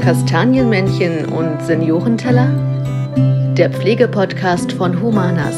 Kastanienmännchen und Seniorenteller? Der Pflegepodcast von Humanas.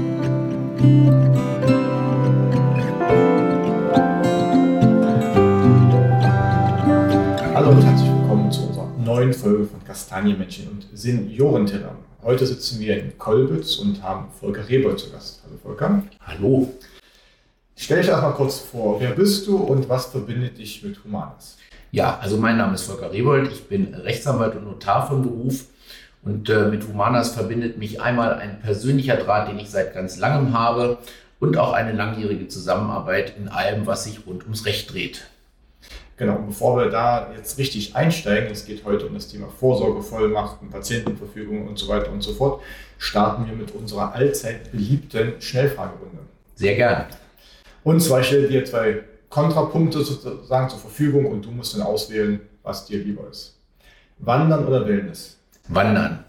Hallo und herzlich willkommen zu unserer neuen Folge von Kastanienmännchen und Seniorenteller. Heute sitzen wir in Kolbitz und haben Volker Rehbold zu Gast. Hallo Volker. Hallo. Stell dich erstmal kurz vor, wer bist du und was verbindet dich mit Humanas? Ja, also mein Name ist Volker Rehbold, ich bin Rechtsanwalt und Notar von Beruf und mit Humanas verbindet mich einmal ein persönlicher Draht, den ich seit ganz langem habe und auch eine langjährige Zusammenarbeit in allem, was sich rund ums Recht dreht. Genau, und bevor wir da jetzt richtig einsteigen, es geht heute um das Thema Vorsorgevollmachten, Patientenverfügung und so weiter und so fort, starten wir mit unserer allzeit beliebten Schnellfragerunde. Sehr gerne. Und zwar stelle ich dir zwei Kontrapunkte sozusagen zur Verfügung und du musst dann auswählen, was dir lieber ist. Wandern oder Wellness? Wandern.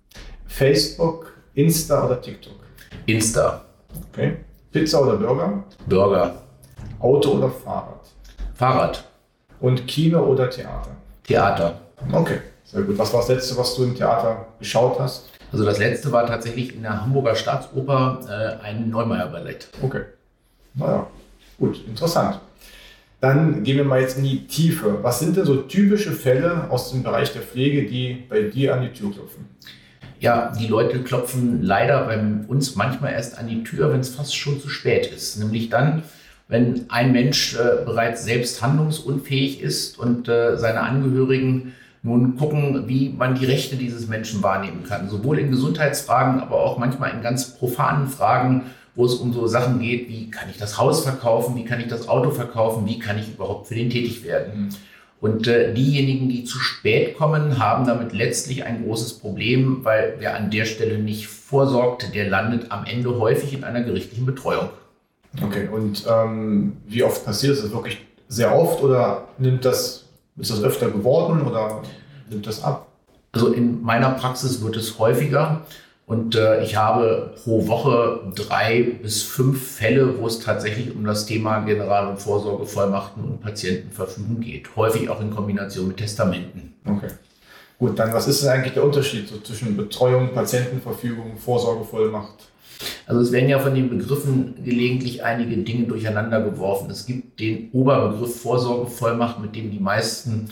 Facebook, Insta oder TikTok? Insta. Okay. Pizza oder Burger? Burger. Auto oder Fahrrad? Fahrrad. Und Kino oder Theater? Theater. Okay, sehr gut. Was war das Letzte, was du im Theater geschaut hast? Also das Letzte war tatsächlich in der Hamburger Staatsoper ein Neumeier-Ballett. Okay. Naja, gut, interessant. Dann gehen wir mal jetzt in die Tiefe. Was sind denn so typische Fälle aus dem Bereich der Pflege, die bei dir an die Tür klopfen? Ja, die Leute klopfen leider bei uns manchmal erst an die Tür, wenn es fast schon zu spät ist. Nämlich dann, wenn ein Mensch bereits selbst handlungsunfähig ist und seine Angehörigen nun gucken, wie man die Rechte dieses Menschen wahrnehmen kann. Sowohl in Gesundheitsfragen, aber auch manchmal in ganz profanen Fragen, wo es um so Sachen geht, wie kann ich das Haus verkaufen, wie kann ich das Auto verkaufen, wie kann ich überhaupt für den tätig werden. Und diejenigen, die zu spät kommen, haben damit letztlich ein großes Problem, weil wer an der Stelle nicht vorsorgt, der landet am Ende häufig in einer gerichtlichen Betreuung. Okay, und wie oft passiert das? Ist das wirklich sehr oft oder ist das öfter geworden oder nimmt das ab? Also in meiner Praxis wird es häufiger. Und ich habe pro Woche 3 bis 5 Fälle, wo es tatsächlich um das Thema General- und Vorsorgevollmachten und Patientenverfügung geht. Häufig auch in Kombination mit Testamenten. Okay. Gut, dann was ist denn eigentlich der Unterschied so zwischen Betreuung, Patientenverfügung, Vorsorgevollmacht? Also es werden ja von den Begriffen gelegentlich einige Dinge durcheinander geworfen. Es gibt den Oberbegriff Vorsorgevollmacht, mit dem die meisten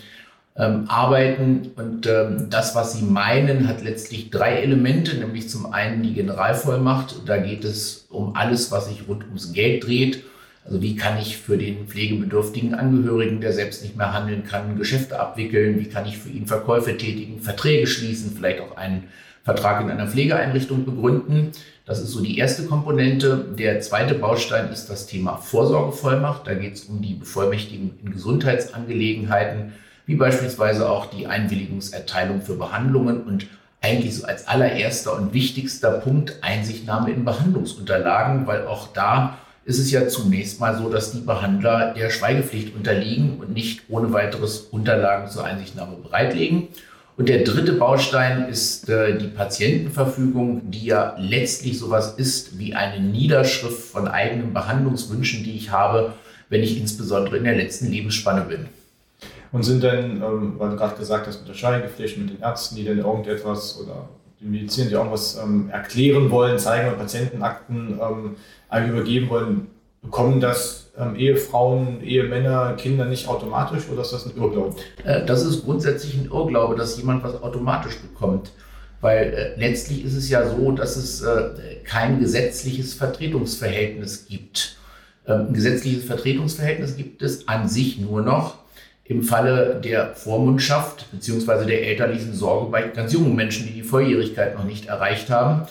arbeiten und das, was sie meinen, hat letztlich 3 Elemente, nämlich zum einen die Generalvollmacht. Da geht es um alles, was sich rund ums Geld dreht. Also wie kann ich für den pflegebedürftigen Angehörigen, der selbst nicht mehr handeln kann, Geschäfte abwickeln, wie kann ich für ihn Verkäufe tätigen, Verträge schließen, vielleicht auch einen Vertrag in einer Pflegeeinrichtung begründen. Das ist so die erste Komponente. Der zweite Baustein ist das Thema Vorsorgevollmacht. Da geht es um die Bevollmächtigung in Gesundheitsangelegenheiten, wie beispielsweise auch die Einwilligungserteilung für Behandlungen und eigentlich so als allererster und wichtigster Punkt Einsichtnahme in Behandlungsunterlagen, weil auch da ist es ja zunächst mal so, dass die Behandler der Schweigepflicht unterliegen und nicht ohne weiteres Unterlagen zur Einsichtnahme bereitlegen. Und der dritte Baustein ist die Patientenverfügung, die ja letztlich sowas ist wie eine Niederschrift von eigenen Behandlungswünschen, die ich habe, wenn ich insbesondere in der letzten Lebensspanne bin. Und sind denn, weil du gerade gesagt hast, mit der Schweigepflicht, mit den Ärzten, die dann irgendetwas oder die Mediziner, die irgendwas erklären wollen, zeigen oder Patientenakten übergeben wollen, bekommen das Ehefrauen, Ehemänner, Kinder nicht automatisch oder ist das ein Irrglaube? Das ist grundsätzlich ein Irrglaube, dass jemand was automatisch bekommt. Weil letztlich ist es ja so, dass es kein gesetzliches Vertretungsverhältnis gibt. Ein gesetzliches Vertretungsverhältnis gibt es an sich nur noch im Falle der Vormundschaft bzw. der elterlichen Sorge bei ganz jungen Menschen, die die Volljährigkeit noch nicht erreicht haben.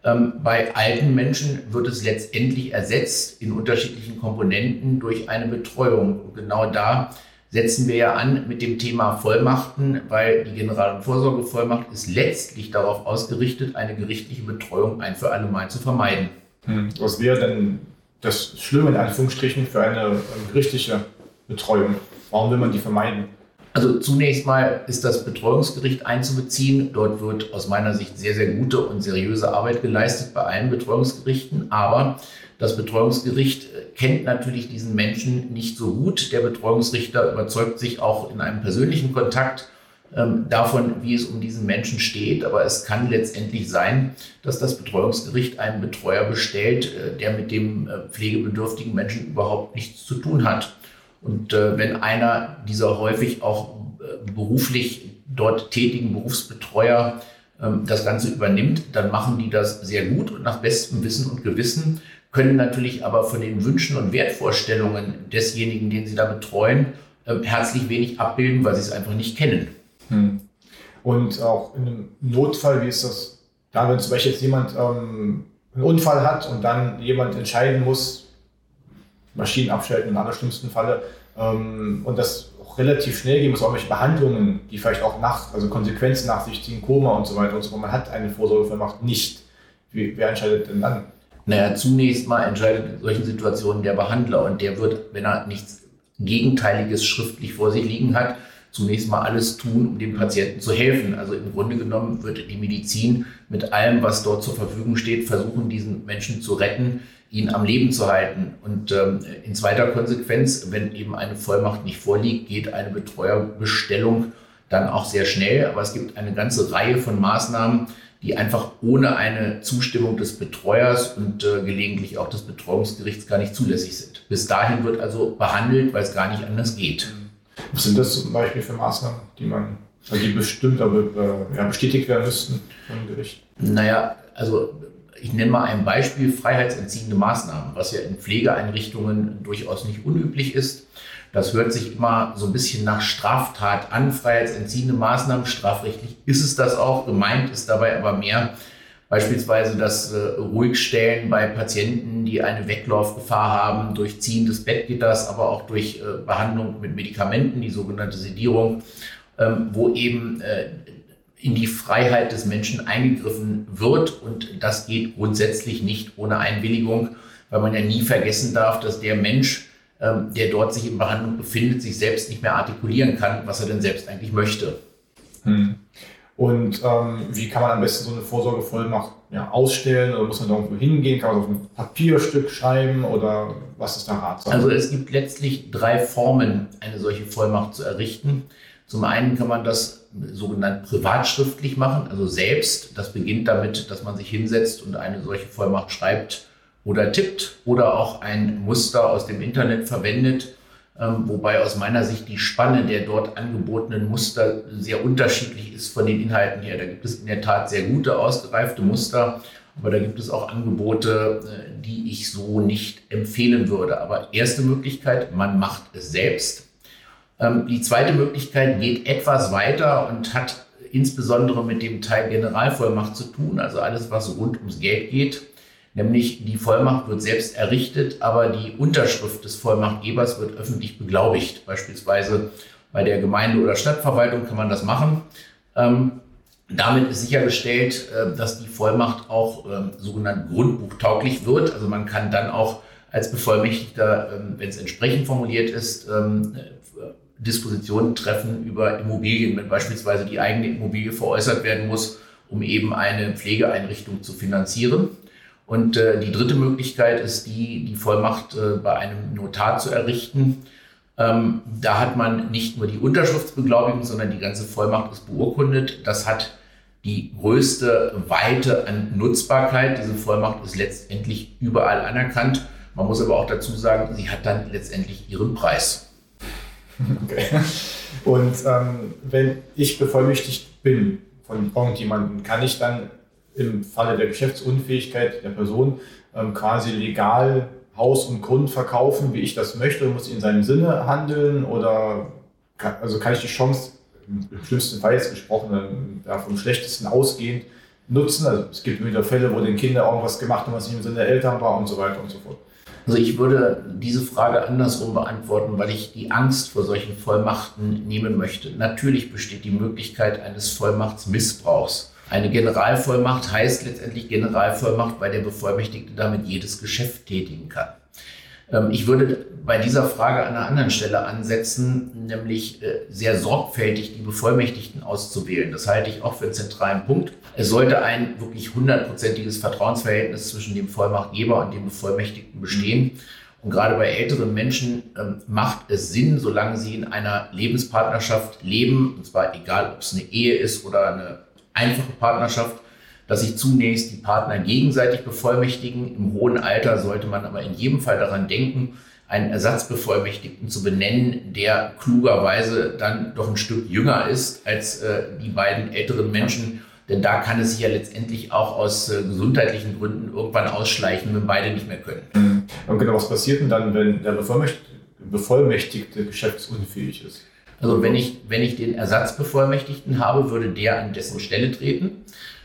Bei alten Menschen wird es letztendlich ersetzt in unterschiedlichen Komponenten durch eine Betreuung. Und genau da setzen wir ja an mit dem Thema Vollmachten, weil die General- und Vorsorgevollmacht ist letztlich darauf ausgerichtet, eine gerichtliche Betreuung ein für alle Mal zu vermeiden. Was wäre denn das Schlimme in Anführungsstrichen für eine gerichtliche Betreuung? Warum will man die vermeiden? Also zunächst mal ist das Betreuungsgericht einzubeziehen. Dort wird aus meiner Sicht sehr, sehr gute und seriöse Arbeit geleistet bei allen Betreuungsgerichten. Aber das Betreuungsgericht kennt natürlich diesen Menschen nicht so gut. Der Betreuungsrichter überzeugt sich auch in einem persönlichen Kontakt davon, wie es um diesen Menschen steht. Aber es kann letztendlich sein, dass das Betreuungsgericht einen Betreuer bestellt, der mit dem pflegebedürftigen Menschen überhaupt nichts zu tun hat. Und wenn einer dieser häufig auch beruflich dort tätigen Berufsbetreuer das Ganze übernimmt, dann machen die das sehr gut und nach bestem Wissen und Gewissen, können natürlich aber von den Wünschen und Wertvorstellungen desjenigen, den sie da betreuen, herzlich wenig abbilden, weil sie es einfach nicht kennen. Und auch in einem Notfall, wie ist das da, wenn zum Beispiel jetzt jemand einen Unfall hat und dann jemand entscheiden muss, Maschinen abschalten im allerschlimmsten Falle, und das auch relativ schnell gehen muss, auch welche Behandlungen, die vielleicht auch also Konsequenzen nach sich ziehen, Koma und so weiter und so fort. Man hat eine Vorsorgevollmacht nicht. Wer entscheidet denn dann? Naja, zunächst mal entscheidet in solchen Situationen der Behandler und der wird, wenn er nichts Gegenteiliges schriftlich vor sich liegen hat, zunächst mal alles tun, um dem Patienten zu helfen. Also im Grunde genommen wird die Medizin mit allem, was dort zur Verfügung steht, versuchen, diesen Menschen zu retten, ihn am Leben zu halten. Und in zweiter Konsequenz, wenn eben eine Vollmacht nicht vorliegt, geht eine Betreuerbestellung dann auch sehr schnell. Aber es gibt eine ganze Reihe von Maßnahmen, die einfach ohne eine Zustimmung des Betreuers und gelegentlich auch des Betreuungsgerichts gar nicht zulässig sind. Bis dahin wird also behandelt, weil es gar nicht anders geht. Was sind das zum Beispiel für Maßnahmen, die bestimmt, aber bestätigt werden müssten vom Gericht? Naja, also ich nenne mal ein Beispiel: freiheitsentziehende Maßnahmen, was ja in Pflegeeinrichtungen durchaus nicht unüblich ist. Das hört sich immer so ein bisschen nach Straftat an, freiheitsentziehende Maßnahmen. Strafrechtlich ist es das auch. Gemeint ist dabei aber mehr beispielsweise das Ruhigstellen bei Patienten, die eine Weglaufgefahr haben, durch Ziehen des Bettgitters, aber auch durch Behandlung mit Medikamenten, die sogenannte Sedierung, wo eben in die Freiheit des Menschen eingegriffen wird. Und das geht grundsätzlich nicht ohne Einwilligung, weil man ja nie vergessen darf, dass der Mensch, der dort sich in Behandlung befindet, sich selbst nicht mehr artikulieren kann, was er denn selbst eigentlich möchte. Und wie kann man am besten so eine Vorsorgevollmacht ausstellen? Oder muss man da irgendwo hingehen? Kann man auf ein Papierstück schreiben? Oder was ist da ratsam? Also es gibt letztlich 3 Formen, eine solche Vollmacht zu errichten. Zum einen kann man das sogenannt privatschriftlich machen, also selbst. Das beginnt damit, dass man sich hinsetzt und eine solche Vollmacht schreibt oder tippt oder auch ein Muster aus dem Internet verwendet, wobei aus meiner Sicht die Spanne der dort angebotenen Muster sehr unterschiedlich ist von den Inhalten her. Da gibt es in der Tat sehr gute, ausgereifte Muster, aber da gibt es auch Angebote, die ich so nicht empfehlen würde. Aber erste Möglichkeit, man macht es selbst. Die zweite Möglichkeit geht etwas weiter und hat insbesondere mit dem Teil Generalvollmacht zu tun, also alles, was rund ums Geld geht. Nämlich die Vollmacht wird selbst errichtet, aber die Unterschrift des Vollmachtgebers wird öffentlich beglaubigt. Beispielsweise bei der Gemeinde- oder Stadtverwaltung kann man das machen. Damit ist sichergestellt, dass die Vollmacht auch sogenannt grundbuchtauglich wird. Also man kann dann auch als Bevollmächtigter, wenn es entsprechend formuliert ist, Dispositionen treffen über Immobilien, wenn beispielsweise die eigene Immobilie veräußert werden muss, um eben eine Pflegeeinrichtung zu finanzieren. Und die dritte Möglichkeit ist die Vollmacht bei einem Notar zu errichten. Da hat man nicht nur die Unterschriftsbeglaubigung, sondern die ganze Vollmacht ist beurkundet. Das hat die größte Weite an Nutzbarkeit. Diese Vollmacht ist letztendlich überall anerkannt. Man muss aber auch dazu sagen, sie hat dann letztendlich ihren Preis. Okay. Und wenn ich bevollmächtigt bin von irgendjemandem, kann ich dann im Falle der Geschäftsunfähigkeit der Person quasi legal Haus und Grund verkaufen, wie ich das möchte, muss ich in seinem Sinne handeln oder kann ich die Chance, im schlimmsten Fall jetzt gesprochen, vom schlechtesten ausgehend nutzen? Also es gibt wieder Fälle, wo den Kindern irgendwas gemacht haben, was nicht im Sinne der Eltern war und so weiter und so fort. Also ich würde diese Frage andersrum beantworten, weil ich die Angst vor solchen Vollmachten nehmen möchte. Natürlich besteht die Möglichkeit eines Vollmachtsmissbrauchs. Eine Generalvollmacht heißt letztendlich Generalvollmacht, weil der Bevollmächtigte damit jedes Geschäft tätigen kann. Ich würde bei dieser Frage an einer anderen Stelle ansetzen, nämlich sehr sorgfältig die Bevollmächtigten auszuwählen. Das halte ich auch für einen zentralen Punkt. Es sollte ein wirklich 100%iges Vertrauensverhältnis zwischen dem Vollmachtgeber und dem Bevollmächtigten bestehen. Und gerade bei älteren Menschen macht es Sinn, solange sie in einer Lebenspartnerschaft leben, und zwar egal, ob es eine Ehe ist oder eine einfache Partnerschaft, dass sich zunächst die Partner gegenseitig bevollmächtigen. Im hohen Alter sollte man aber in jedem Fall daran denken, einen Ersatzbevollmächtigten zu benennen, der klugerweise dann doch ein Stück jünger ist als die beiden älteren Menschen. Denn da kann es sich ja letztendlich auch aus gesundheitlichen Gründen irgendwann ausschleichen, wenn beide nicht mehr können. Und genau, was passiert denn dann, wenn der Bevollmächtigte geschäftsunfähig ist? Also wenn ich den Ersatzbevollmächtigten habe, würde der an dessen Stelle treten.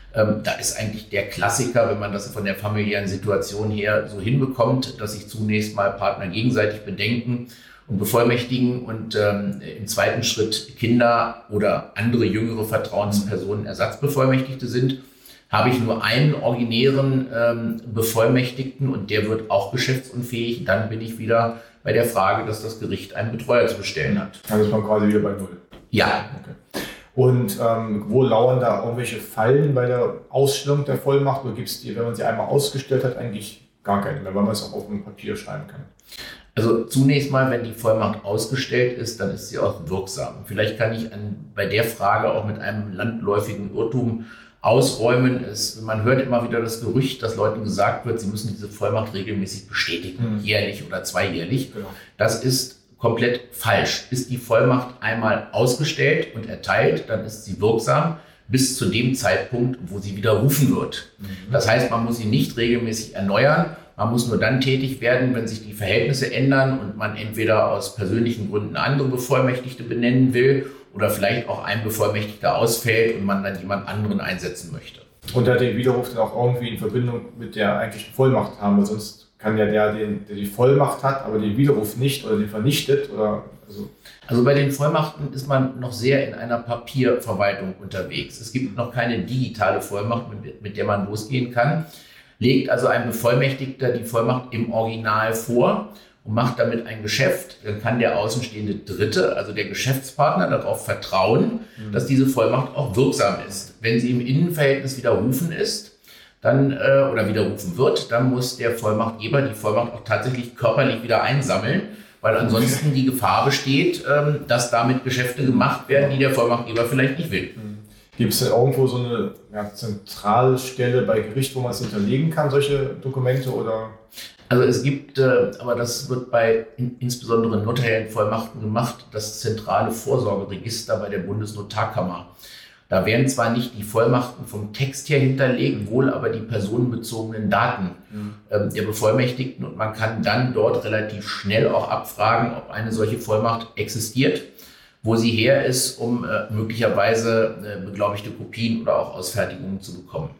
Da ist eigentlich der Klassiker, wenn man das von der familiären Situation her so hinbekommt, dass sich zunächst mal Partner gegenseitig bedenken und bevollmächtigen und im zweiten Schritt Kinder oder andere jüngere Vertrauenspersonen Ersatzbevollmächtigte sind, habe ich nur einen originären Bevollmächtigten und der wird auch geschäftsunfähig, dann bin ich wieder bei der Frage, dass das Gericht einen Betreuer zu bestellen hat. Also ist man quasi wieder bei Null. Ja. Okay. Und wo lauern da irgendwelche Fallen bei der Ausstellung der Vollmacht? Oder gibt es die, wenn man sie einmal ausgestellt hat, eigentlich gar keine mehr, weil man es auch auf dem Papier schreiben kann? Also zunächst mal, wenn die Vollmacht ausgestellt ist, dann ist sie auch wirksam. Vielleicht kann ich bei der Frage auch mit einem landläufigen Irrtum ausräumen. Man hört immer wieder das Gerücht, dass Leuten gesagt wird, sie müssen diese Vollmacht regelmäßig bestätigen, jährlich oder zweijährlich. Genau. Das ist komplett falsch. Ist die Vollmacht einmal ausgestellt und erteilt, dann ist sie wirksam bis zu dem Zeitpunkt, wo sie widerrufen wird. Das heißt, man muss sie nicht regelmäßig erneuern. Man muss nur dann tätig werden, wenn sich die Verhältnisse ändern und man entweder aus persönlichen Gründen andere Bevollmächtigte benennen will oder vielleicht auch ein Bevollmächtigter ausfällt und man dann jemand anderen einsetzen möchte. Und da den Widerruf dann auch irgendwie in Verbindung mit der eigentlichen Vollmacht haben, weil sonst kann ja der die Vollmacht hat, aber den Widerruf nicht oder den vernichtet? Oder also bei den Vollmachten ist man noch sehr in einer Papierverwaltung unterwegs. Es gibt noch keine digitale Vollmacht, mit der man losgehen kann. Legt also ein Bevollmächtigter die Vollmacht im Original vor und macht damit ein Geschäft, dann kann der außenstehende Dritte, also der Geschäftspartner, darauf vertrauen, dass diese Vollmacht auch wirksam ist. Wenn sie im Innenverhältnis widerrufen ist, dann oder widerrufen wird, dann muss der Vollmachtgeber die Vollmacht auch tatsächlich körperlich wieder einsammeln, weil ansonsten die Gefahr besteht, dass damit Geschäfte gemacht werden, die der Vollmachtgeber vielleicht nicht will. Gibt es denn irgendwo so eine Zentralstelle bei Gericht, wo man es hinterlegen kann, solche Dokumente? Oder? Also es gibt, aber das wird bei insbesondere notariellen Vollmachten gemacht, das zentrale Vorsorgeregister bei der Bundesnotarkammer. Da werden zwar nicht die Vollmachten vom Text her hinterlegt, wohl aber die personenbezogenen Daten der Bevollmächtigten und man kann dann dort relativ schnell auch abfragen, ob eine solche Vollmacht existiert, wo sie her ist, um möglicherweise beglaubigte Kopien oder auch Ausfertigungen zu bekommen.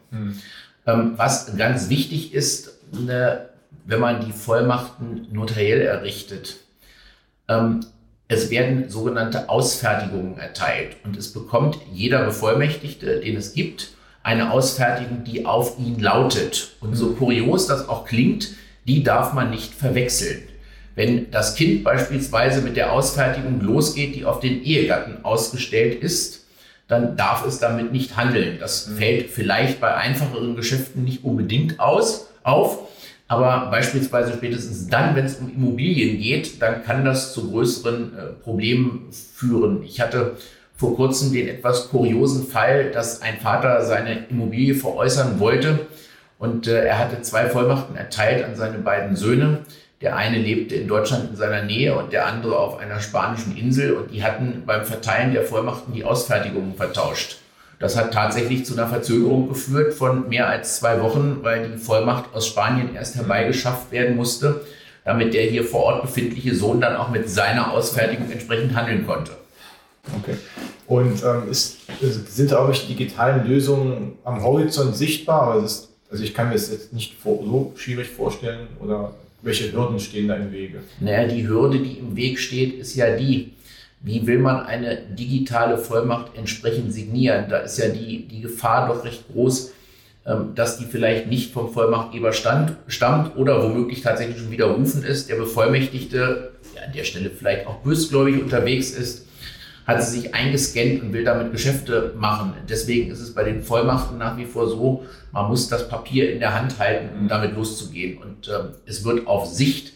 Was ganz wichtig ist, wenn man die Vollmachten notariell errichtet, es werden sogenannte Ausfertigungen erteilt und es bekommt jeder Bevollmächtigte, den es gibt, eine Ausfertigung, die auf ihn lautet. Und so kurios das auch klingt, die darf man nicht verwechseln. Wenn das Kind beispielsweise mit der Ausfertigung losgeht, die auf den Ehegatten ausgestellt ist, dann darf es damit nicht handeln. Das fällt vielleicht bei einfacheren Geschäften nicht unbedingt auf. Aber beispielsweise spätestens dann, wenn es um Immobilien geht, dann kann das zu größeren Problemen führen. Ich hatte vor kurzem den etwas kuriosen Fall, dass ein Vater seine Immobilie veräußern wollte und er hatte 2 Vollmachten erteilt an seine beiden Söhne. Der eine lebte in Deutschland in seiner Nähe und der andere auf einer spanischen Insel und die hatten beim Verteilen der Vollmachten die Ausfertigungen vertauscht. Das hat tatsächlich zu einer Verzögerung geführt von mehr als 2 Wochen, weil die Vollmacht aus Spanien erst herbeigeschafft werden musste, damit der hier vor Ort befindliche Sohn dann auch mit seiner Ausfertigung entsprechend handeln konnte. Okay. Und sind da irgendwelche digitalen Lösungen am Horizont sichtbar? Also ich kann mir das jetzt nicht so schwierig vorstellen. Oder welche Hürden stehen da im Wege? Naja, die Hürde, die im Weg steht, ist ja die, wie will man eine digitale Vollmacht entsprechend signieren? Da ist ja die Gefahr doch recht groß, dass die vielleicht nicht vom Vollmachtgeber stammt oder womöglich tatsächlich schon widerrufen ist. Der Bevollmächtigte, der an der Stelle vielleicht auch bösgläubig unterwegs ist, hat sie sich eingescannt und will damit Geschäfte machen. Deswegen ist es bei den Vollmachten nach wie vor so, man muss das Papier in der Hand halten, um damit loszugehen. Und es wird auf Sicht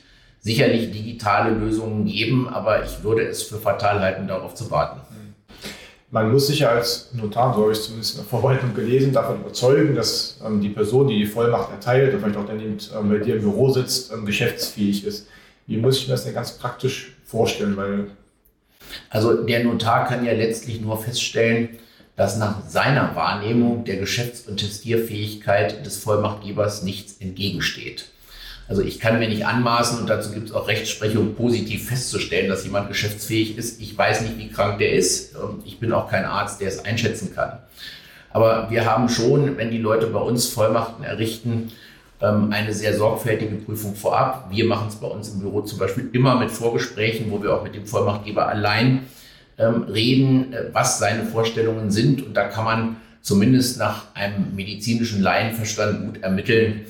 sicherlich digitale Lösungen geben, aber ich würde es für fatal halten, darauf zu warten. Man muss sich ja als Notar, so habe ich es zumindest in der Verwaltung gelesen, davon überzeugen, dass die Person, die die Vollmacht erteilt und vielleicht auch dann bei dir im Büro sitzt, geschäftsfähig ist. Wie muss ich mir das denn ganz praktisch vorstellen? Also der Notar kann ja letztlich nur feststellen, dass nach seiner Wahrnehmung der Geschäfts- und Testierfähigkeit des Vollmachtgebers nichts entgegensteht. Also ich kann mir nicht anmaßen, und dazu gibt es auch Rechtsprechung, positiv festzustellen, dass jemand geschäftsfähig ist. Ich weiß nicht, wie krank der ist. Ich bin auch kein Arzt, der es einschätzen kann. Aber wir haben schon, wenn die Leute bei uns Vollmachten errichten, eine sehr sorgfältige Prüfung vorab. Wir machen es bei uns im Büro zum Beispiel immer mit Vorgesprächen, wo wir auch mit dem Vollmachtgeber allein reden, was seine Vorstellungen sind. Und da kann man zumindest nach einem medizinischen Laienverstand gut ermitteln,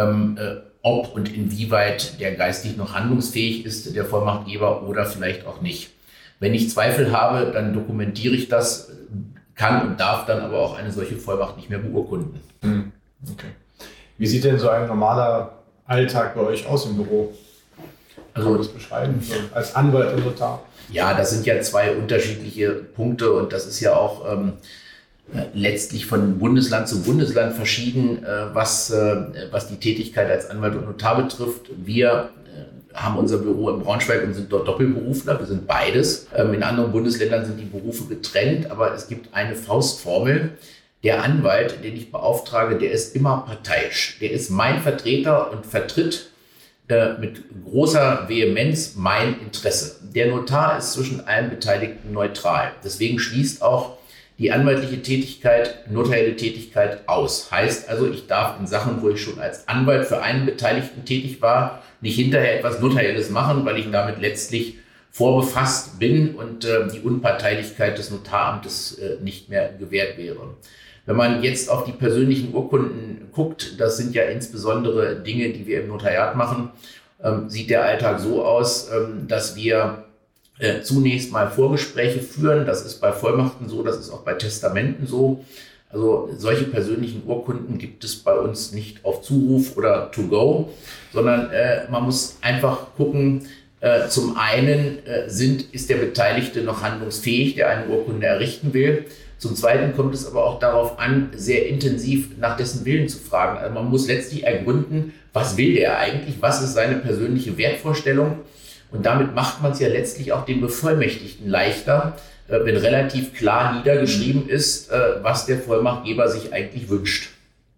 ob und inwieweit der geistig noch handlungsfähig ist, der Vollmachtgeber, oder vielleicht auch nicht. Wenn ich Zweifel habe, dann dokumentiere ich das, kann und darf dann aber auch eine solche Vollmacht nicht mehr beurkunden. Okay. Wie sieht denn so ein normaler Alltag bei euch aus im Büro? Kann man das beschreiben, so als Anwalt und Notar? Ja, das sind ja zwei unterschiedliche Punkte und das ist ja auch letztlich von Bundesland zu Bundesland verschieden, was die Tätigkeit als Anwalt und Notar betrifft. Wir haben unser Büro in Braunschweig und sind dort Doppelberufler. Wir sind beides. In anderen Bundesländern sind die Berufe getrennt, aber es gibt eine Faustformel. Der Anwalt, den ich beauftrage, der ist immer parteiisch. Der ist mein Vertreter und vertritt mit großer Vehemenz mein Interesse. Der Notar ist zwischen allen Beteiligten neutral. Deswegen schließt auch die anwaltliche Tätigkeit, notarielle Tätigkeit aus. Heißt also, ich darf in Sachen, wo ich schon als Anwalt für einen Beteiligten tätig war, nicht hinterher etwas Notarielles machen, weil ich damit letztlich vorbefasst bin und die Unparteilichkeit des Notaramtes nicht mehr gewährt wäre. Wenn man jetzt auf die persönlichen Urkunden guckt, das sind ja insbesondere Dinge, die wir im Notariat machen, sieht der Alltag so aus, dass wir zunächst mal Vorgespräche führen. Das ist bei Vollmachten so, das ist auch bei Testamenten so. Also solche persönlichen Urkunden gibt es bei uns nicht auf Zuruf oder to go, sondern man muss einfach gucken, zum einen ist der Beteiligte noch handlungsfähig, der eine Urkunde errichten will. Zum Zweiten kommt es aber auch darauf an, sehr intensiv nach dessen Willen zu fragen. Also man muss letztlich ergründen, was will der eigentlich, was ist seine persönliche Wertvorstellung. Und damit macht man es ja letztlich auch den Bevollmächtigten leichter, wenn relativ klar niedergeschrieben ist, was der Vollmachtgeber sich eigentlich wünscht.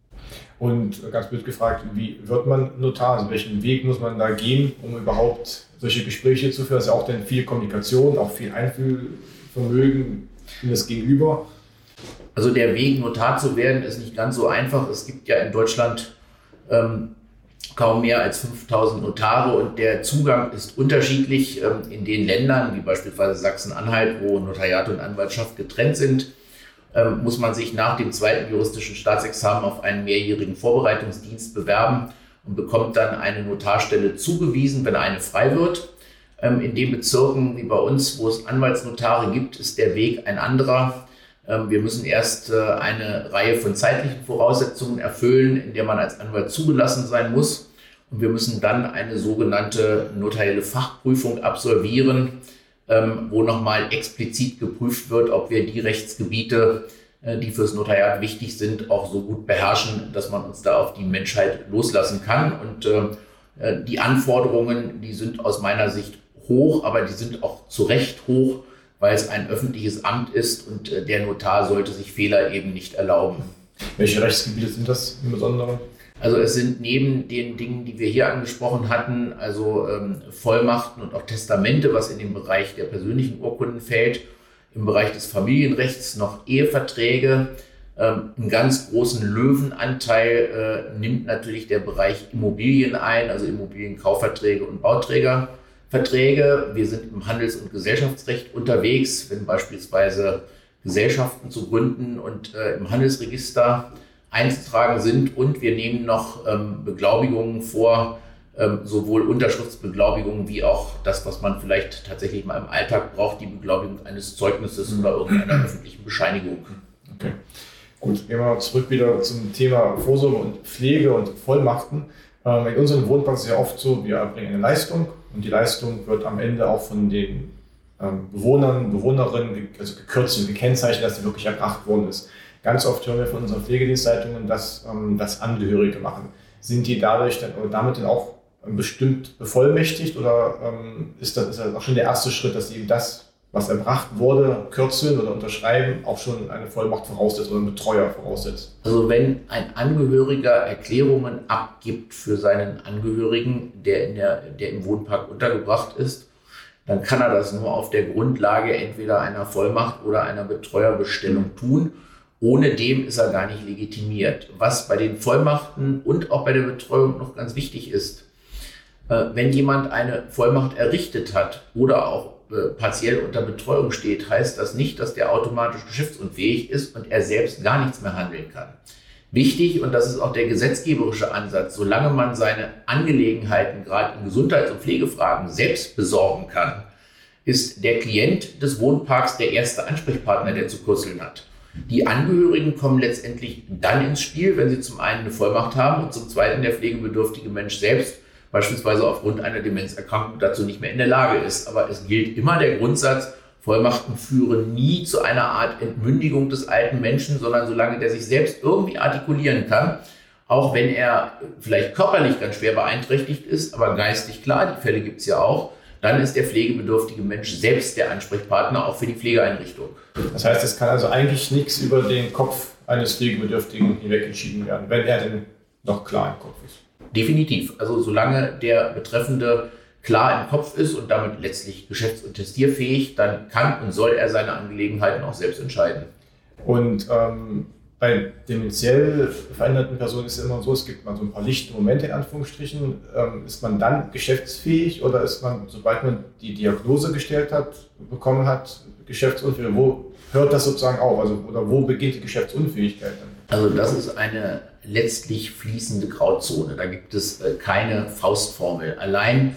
Und ganz blöd gefragt, wie wird man Notar? Also welchen Weg muss man da gehen, um überhaupt solche Gespräche zu führen? Das ist ja auch dann viel Kommunikation, auch viel Einfühlvermögen in das Gegenüber. Also der Weg, Notar zu werden, ist nicht ganz so einfach. Es gibt ja in Deutschland kaum mehr als 5000 Notare und der Zugang ist unterschiedlich in den Ländern, wie beispielsweise Sachsen-Anhalt, wo Notariat und Anwaltschaft getrennt sind. Muss man sich nach dem zweiten juristischen Staatsexamen auf einen mehrjährigen Vorbereitungsdienst bewerben und bekommt dann eine Notarstelle zugewiesen, wenn eine frei wird. In den Bezirken wie bei uns, wo es Anwaltsnotare gibt, ist der Weg ein anderer. Wir müssen erst eine Reihe von zeitlichen Voraussetzungen erfüllen, in der man als Anwalt zugelassen sein muss. Und wir müssen dann eine sogenannte notarielle Fachprüfung absolvieren, wo nochmal explizit geprüft wird, ob wir die Rechtsgebiete, die fürs Notariat wichtig sind, auch so gut beherrschen, dass man uns da auf die Menschheit loslassen kann. Und die Anforderungen, die sind aus meiner Sicht hoch, aber die sind auch zu Recht hoch, weil es ein öffentliches Amt ist und der Notar sollte sich Fehler eben nicht erlauben. Welche Rechtsgebiete sind das im Besonderen? Also es sind neben den Dingen, die wir hier angesprochen hatten, also Vollmachten und auch Testamente, was in den Bereich der persönlichen Urkunden fällt, im Bereich des Familienrechts noch Eheverträge. Einen ganz großen Löwenanteil nimmt natürlich der Bereich Immobilien ein, also Immobilienkaufverträge und Bauträgerverträge. Wir sind im Handels- und Gesellschaftsrecht unterwegs, wenn beispielsweise Gesellschaften zu gründen und im Handelsregister einzutragen sind. Und wir nehmen noch Beglaubigungen vor, sowohl Unterschriftsbeglaubigungen wie auch das, was man vielleicht tatsächlich mal im Alltag braucht, die Beglaubigung eines Zeugnisses oder irgendeiner öffentlichen Bescheinigung. Okay, gut. Gehen wir zurück wieder zum Thema Vorsorge und Pflege und Vollmachten. In unseren Wohnparks ist es ja oft so, wir erbringen eine Leistung und die Leistung wird am Ende auch von den Bewohnern, Bewohnerinnen gekürzt und gekennzeichnet, dass die wirklich erbracht worden ist. Ganz oft hören wir von unseren Pflegedienstleitungen, dass das Angehörige machen. Sind die dadurch dann, oder damit dann auch bestimmt bevollmächtigt oder ist das auch schon der erste Schritt, dass sie eben das, was erbracht wurde, kürzeln oder unterschreiben, auch schon eine Vollmacht voraussetzt oder einen Betreuer voraussetzt? Also wenn ein Angehöriger Erklärungen abgibt für seinen Angehörigen, der im Wohnpark untergebracht ist, dann kann er das nur auf der Grundlage entweder einer Vollmacht oder einer Betreuerbestellung tun. Ohne dem ist er gar nicht legitimiert. Was bei den Vollmachten und auch bei der Betreuung noch ganz wichtig ist, wenn jemand eine Vollmacht errichtet hat oder auch partiell unter Betreuung steht, heißt das nicht, dass der automatisch geschäftsunfähig ist und er selbst gar nichts mehr handeln kann. Wichtig, und das ist auch der gesetzgeberische Ansatz, solange man seine Angelegenheiten gerade in Gesundheits- und Pflegefragen selbst besorgen kann, ist der Klient des Wohnparks der erste Ansprechpartner, der zu kürzeln hat. Die Angehörigen kommen letztendlich dann ins Spiel, wenn sie zum einen eine Vollmacht haben und zum zweiten der pflegebedürftige Mensch selbst beispielsweise aufgrund einer Demenzerkrankung dazu nicht mehr in der Lage ist. Aber es gilt immer der Grundsatz, Vollmachten führen nie zu einer Art Entmündigung des alten Menschen, sondern solange der sich selbst irgendwie artikulieren kann, auch wenn er vielleicht körperlich ganz schwer beeinträchtigt ist, aber geistig klar, die Fälle gibt es ja auch, dann ist der pflegebedürftige Mensch selbst der Ansprechpartner auch für die Pflegeeinrichtung. Das heißt, es kann also eigentlich nichts über den Kopf eines Pflegebedürftigen hinweg entschieden werden, wenn er denn noch klar im Kopf ist. Definitiv. Also solange der Betreffende klar im Kopf ist und damit letztlich geschäfts- und testierfähig, dann kann und soll er seine Angelegenheiten auch selbst entscheiden. Und bei dementiell veränderten Personen ist es immer so, es gibt mal so ein paar lichte Momente in Anführungsstrichen. Ist man dann geschäftsfähig oder ist man, sobald man die Diagnose bekommen hat, geschäftsunfähig? Wo hört das sozusagen auf? Also, oder wo beginnt die Geschäftsunfähigkeit dann? Also das ist eine letztlich fließende Grauzone. Da gibt es keine Faustformel. Allein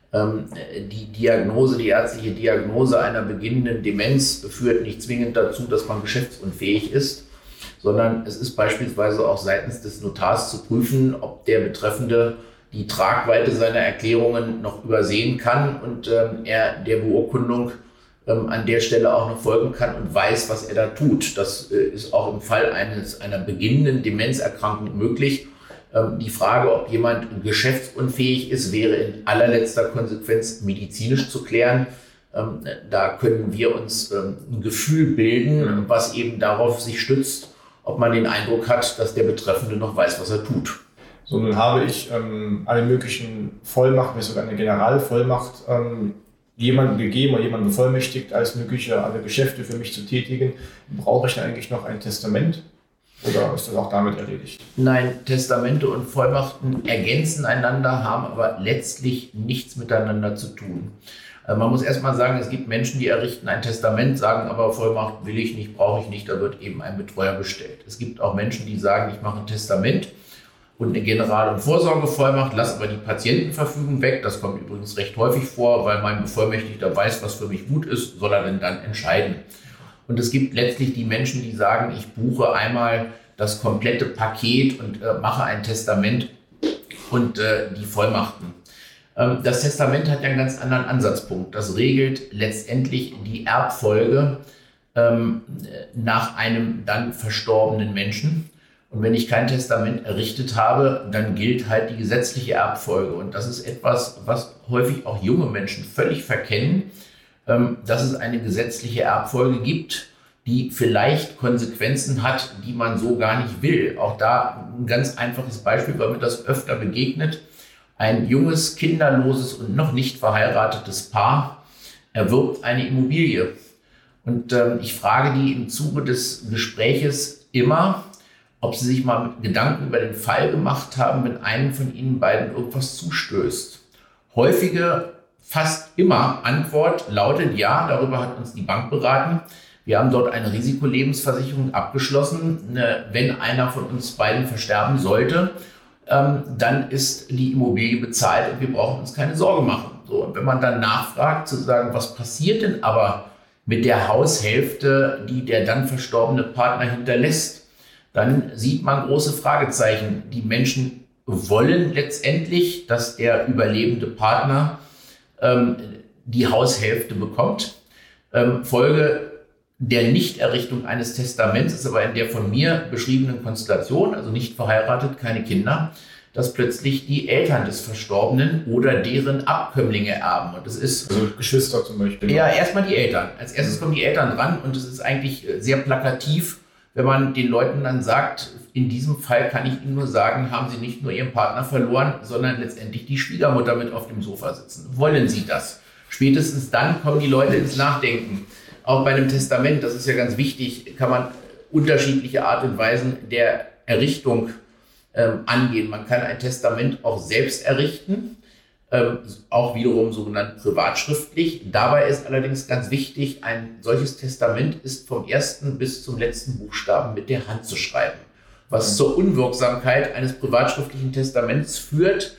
die ärztliche Diagnose einer beginnenden Demenz führt nicht zwingend dazu, dass man geschäftsunfähig ist, sondern es ist beispielsweise auch seitens des Notars zu prüfen, ob der Betreffende die Tragweite seiner Erklärungen noch übersehen kann und er der Beurkundung an der Stelle auch noch folgen kann und weiß, was er da tut. Das ist auch im Fall einer beginnenden Demenzerkrankung möglich. Die Frage, ob jemand geschäftsunfähig ist, wäre in allerletzter Konsequenz medizinisch zu klären. Da können wir uns ein Gefühl bilden, was eben darauf sich stützt, ob man den Eindruck hat, dass der Betreffende noch weiß, was er tut. So, nun habe ich alle möglichen Vollmachten, sogar eine Generalvollmacht, jemandem gegeben oder jemandem bevollmächtigt, alles mögliche, alle Geschäfte für mich zu tätigen. Brauche ich dann eigentlich noch ein Testament oder ist das auch damit erledigt? Nein, Testamente und Vollmachten ergänzen einander, haben aber letztlich nichts miteinander zu tun. Also man muss erstmal sagen, es gibt Menschen, die errichten ein Testament, sagen aber, Vollmacht will ich nicht, brauche ich nicht, da wird eben ein Betreuer bestellt. Es gibt auch Menschen, die sagen, ich mache ein Testament und eine General- und Vorsorgevollmacht, lasse aber die Patientenverfügung weg. Das kommt übrigens recht häufig vor, weil mein Bevollmächtigter weiß, was für mich gut ist, soll er denn dann entscheiden. Und es gibt letztlich die Menschen, die sagen, ich buche einmal das komplette Paket und mache ein Testament und die Vollmachten. Das Testament hat ja einen ganz anderen Ansatzpunkt. Das regelt letztendlich die Erbfolge nach einem dann verstorbenen Menschen. Und wenn ich kein Testament errichtet habe, dann gilt halt die gesetzliche Erbfolge. Und das ist etwas, was häufig auch junge Menschen völlig verkennen, dass es eine gesetzliche Erbfolge gibt, die vielleicht Konsequenzen hat, die man so gar nicht will. Auch da ein ganz einfaches Beispiel, weil mir das öfter begegnet. Ein junges, kinderloses und noch nicht verheiratetes Paar erwirbt eine Immobilie. Und ich frage die im Zuge des Gespräches immer, ob sie sich mal Gedanken über den Fall gemacht haben, wenn einem von ihnen beiden irgendwas zustößt. Häufige, fast immer Antwort lautet, ja, darüber hat uns die Bank beraten. Wir haben dort eine Risikolebensversicherung abgeschlossen. Wenn einer von uns beiden versterben sollte, dann ist die Immobilie bezahlt und wir brauchen uns keine Sorge machen. So, und wenn man dann nachfragt, zu sagen, was passiert denn aber mit der Haushälfte, die der dann verstorbene Partner hinterlässt, dann sieht man große Fragezeichen. Die Menschen wollen letztendlich, dass der überlebende Partner die Haushälfte bekommt. Folge der Nichterrichtung eines Testaments ist aber in der von mir beschriebenen Konstellation, also nicht verheiratet, keine Kinder, dass plötzlich die Eltern des Verstorbenen oder deren Abkömmlinge erben. Und das ist also Geschwister zum Beispiel. Ja, erstmal die Eltern. Als erstes kommen die Eltern dran und es ist eigentlich sehr plakativ, wenn man den Leuten dann sagt, in diesem Fall kann ich Ihnen nur sagen, haben Sie nicht nur Ihren Partner verloren, sondern letztendlich die Schwiegermutter mit auf dem Sofa sitzen. Wollen Sie das? Spätestens dann kommen die Leute ins Nachdenken. Auch bei einem Testament, das ist ja ganz wichtig, kann man unterschiedliche Art und Weisen der Errichtung angehen. Man kann ein Testament auch selbst errichten, auch wiederum sogenannt privatschriftlich. Dabei ist allerdings ganz wichtig, ein solches Testament ist vom ersten bis zum letzten Buchstaben mit der Hand zu schreiben. Was zur Unwirksamkeit eines privatschriftlichen Testaments führt,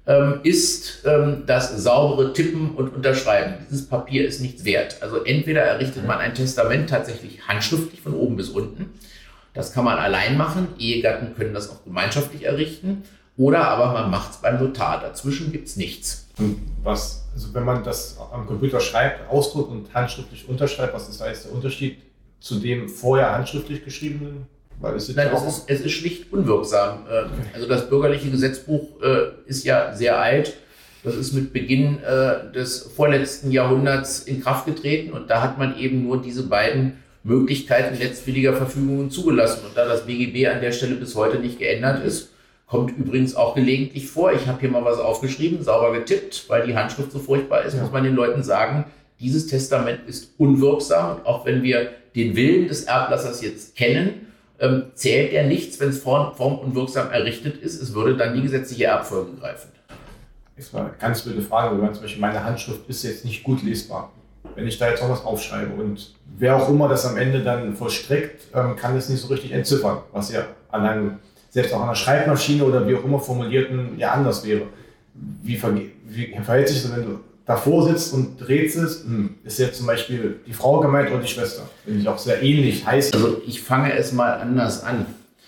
ist das saubere Tippen und Unterschreiben. Dieses Papier ist nichts wert. Also entweder errichtet man ein Testament tatsächlich handschriftlich von oben bis unten. Das kann man allein machen. Ehegatten können das auch gemeinschaftlich errichten. Oder aber man macht es beim Notar. Dazwischen gibt es nichts. Und also wenn man das am Computer schreibt, ausdruckt und handschriftlich unterschreibt, was ist da jetzt der Unterschied zu dem vorher handschriftlich geschriebenen? Es ist schlicht unwirksam. Also das bürgerliche Gesetzbuch ist ja sehr alt. Das ist mit Beginn des vorletzten Jahrhunderts in Kraft getreten und da hat man eben nur diese beiden Möglichkeiten letztwilliger Verfügungen zugelassen. Und da das BGB an der Stelle bis heute nicht geändert ist, kommt übrigens auch gelegentlich vor. Ich habe hier mal was aufgeschrieben, sauber getippt, weil die Handschrift so furchtbar ist, muss man den Leuten sagen, dieses Testament ist unwirksam. Und auch wenn wir den Willen des Erblassers jetzt kennen, zählt er nichts, wenn es formunwirksam errichtet ist. Es würde dann die gesetzliche Erbfolge greifen. Jetzt mal eine ganz blöde Frage, wenn zum Beispiel meine Handschrift ist jetzt nicht gut lesbar. Wenn ich da jetzt noch was aufschreibe und wer auch immer das am Ende dann vollstreckt, kann es nicht so richtig entziffern, was ja selbst auch an einer Schreibmaschine oder wie auch immer formulierten ja anders wäre. Wie verhält sich das, wenn du davor sitzt und rätselst, ist jetzt zum Beispiel die Frau gemeint oder die Schwester? Finde ich auch sehr ähnlich heiß. Also ich fange es mal anders an.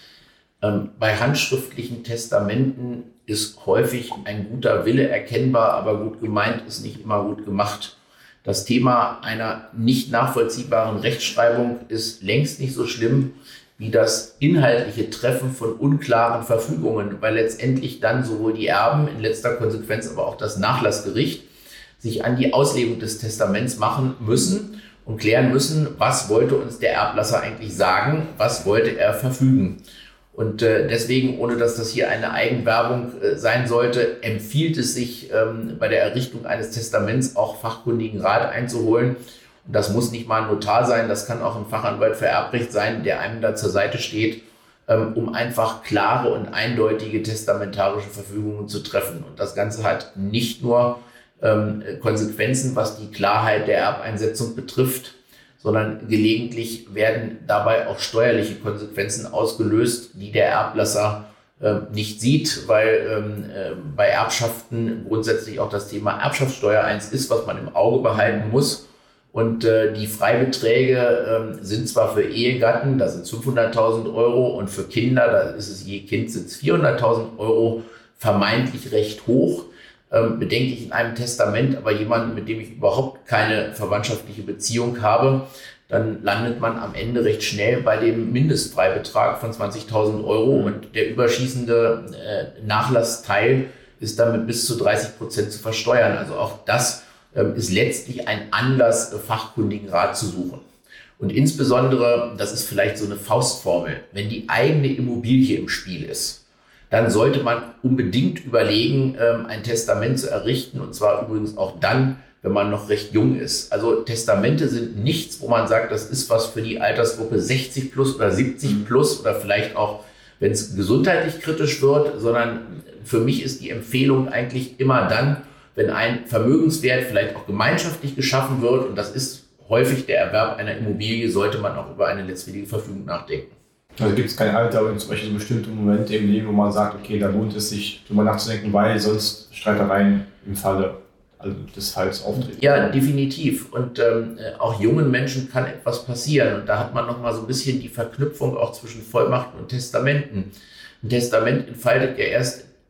Bei handschriftlichen Testamenten ist häufig ein guter Wille erkennbar, aber gut gemeint ist nicht immer gut gemacht. Das Thema einer nicht nachvollziehbaren Rechtschreibung ist längst nicht so schlimm wie das inhaltliche Treffen von unklaren Verfügungen, weil letztendlich dann sowohl die Erben, in letzter Konsequenz aber auch das Nachlassgericht, sich an die Auslegung des Testaments machen müssen und klären müssen, was wollte uns der Erblasser eigentlich sagen, was wollte er verfügen. Und deswegen, ohne dass das hier eine Eigenwerbung sein sollte, empfiehlt es sich bei der Errichtung eines Testaments auch fachkundigen Rat einzuholen. Und das muss nicht mal ein Notar sein, das kann auch ein Fachanwalt für Erbrecht sein, der einem da zur Seite steht, um einfach klare und eindeutige testamentarische Verfügungen zu treffen. Und das Ganze hat nicht nur Konsequenzen, was die Klarheit der Erbeinsetzung betrifft, sondern gelegentlich werden dabei auch steuerliche Konsequenzen ausgelöst, die der Erblasser nicht sieht, weil bei Erbschaften grundsätzlich auch das Thema Erbschaftssteuer eins ist, was man im Auge behalten muss. Und die Freibeträge sind zwar für Ehegatten, da sind es 500.000 Euro, und für Kinder, da ist es je Kind, sind es 400.000 Euro, vermeintlich recht hoch. Bedenke ich in einem Testament aber jemanden, mit dem ich überhaupt keine verwandtschaftliche Beziehung habe, dann landet man am Ende recht schnell bei dem Mindestfreibetrag von 20.000 Euro und der überschießende Nachlassteil ist damit bis zu 30% zu versteuern. Also auch das ist letztlich ein Anlass, fachkundigen Rat zu suchen. Und insbesondere, das ist vielleicht so eine Faustformel, wenn die eigene Immobilie im Spiel ist, dann sollte man unbedingt überlegen, ein Testament zu errichten, und zwar übrigens auch dann, wenn man noch recht jung ist. Also Testamente sind nichts, wo man sagt, das ist was für die Altersgruppe 60 plus oder 70 plus oder vielleicht auch, wenn es gesundheitlich kritisch wird, sondern für mich ist die Empfehlung eigentlich immer dann, wenn ein Vermögenswert vielleicht auch gemeinschaftlich geschaffen wird, und das ist häufig der Erwerb einer Immobilie, sollte man auch über eine letztwillige Verfügung nachdenken. Also gibt es kein Alter, aber zum Beispiel so bestimmte Momente im Leben, wo man sagt, okay, da lohnt es sich, drüber nachzudenken, weil sonst Streitereien im Falle des Falls auftreten. Ja, definitiv. Und auch jungen Menschen kann etwas passieren. Und da hat man nochmal so ein bisschen die Verknüpfung auch zwischen Vollmachten und Testamenten. Ein Testament entfaltet ja erst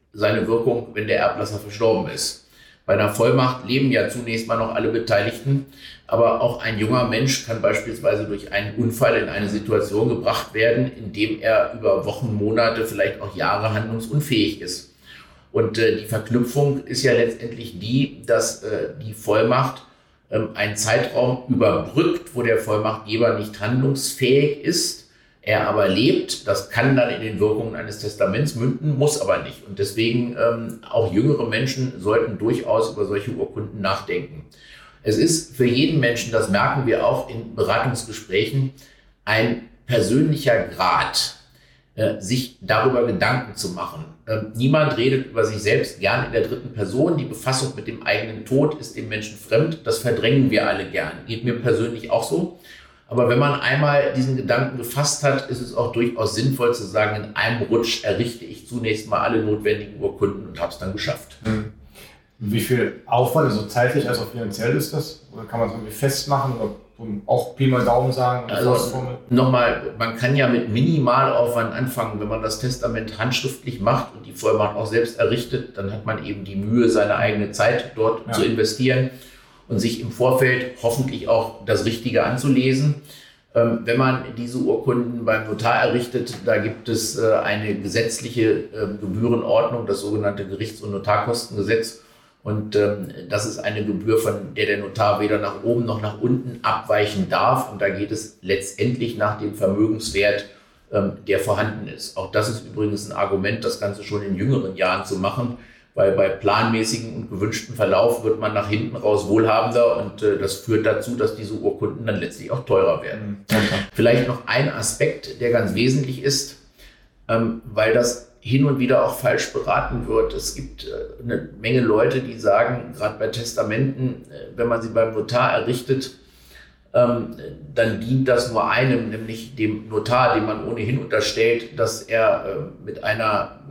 seine Wirkung, wenn der Erblasser verstorben ist. Bei einer Vollmacht leben ja zunächst mal noch alle Beteiligten, aber auch ein junger Mensch kann beispielsweise durch einen Unfall in eine Situation gebracht werden, in dem er über Wochen, Monate, vielleicht auch Jahre handlungsunfähig ist. Und die Verknüpfung ist ja letztendlich die, dass die Vollmacht einen Zeitraum überbrückt, wo der Vollmachtgeber nicht handlungsfähig ist, er aber lebt. Das kann dann in den Wirkungen eines Testaments münden, muss aber nicht. Und deswegen auch jüngere Menschen sollten durchaus über solche Urkunden nachdenken. Es ist für jeden Menschen, das merken wir auch in Beratungsgesprächen, ein persönlicher Grad, sich darüber Gedanken zu machen. Niemand redet über sich selbst gern in der dritten Person. Die Befassung mit dem eigenen Tod ist dem Menschen fremd. Das verdrängen wir alle gern. Geht mir persönlich auch so. Aber wenn man einmal diesen Gedanken gefasst hat, ist es auch durchaus sinnvoll zu sagen, in einem Rutsch errichte ich zunächst mal alle notwendigen Urkunden und habe es dann geschafft. Wie viel Aufwand, also zeitlich als auch finanziell ist das? Oder kann man es irgendwie festmachen oder auch Pi mal Daumen sagen? Also nochmal, man kann ja mit Minimalaufwand anfangen. Wenn man das Testament handschriftlich macht und die Vollmacht auch selbst errichtet, dann hat man eben die Mühe, seine eigene Zeit dort zu investieren und sich im Vorfeld hoffentlich auch das Richtige anzulesen. Wenn man diese Urkunden beim Notar errichtet, da gibt es eine gesetzliche Gebührenordnung, das sogenannte Gerichts- und Notarkostengesetz. Und das ist eine Gebühr, von der Notar weder nach oben noch nach unten abweichen darf. Und da geht es letztendlich nach dem Vermögenswert, der vorhanden ist. Auch das ist übrigens ein Argument, das Ganze schon in jüngeren Jahren zu machen, weil bei planmäßigem und gewünschtem Verlauf wird man nach hinten raus wohlhabender und das führt dazu, dass diese Urkunden dann letztlich auch teurer werden. Vielleicht noch ein Aspekt, der ganz wesentlich ist, weil das hin und wieder auch falsch beraten wird. Es gibt eine Menge Leute, die sagen, gerade bei Testamenten, wenn man sie beim Notar errichtet, dann dient das nur einem, nämlich dem Notar, dem man ohnehin unterstellt, dass er mit einer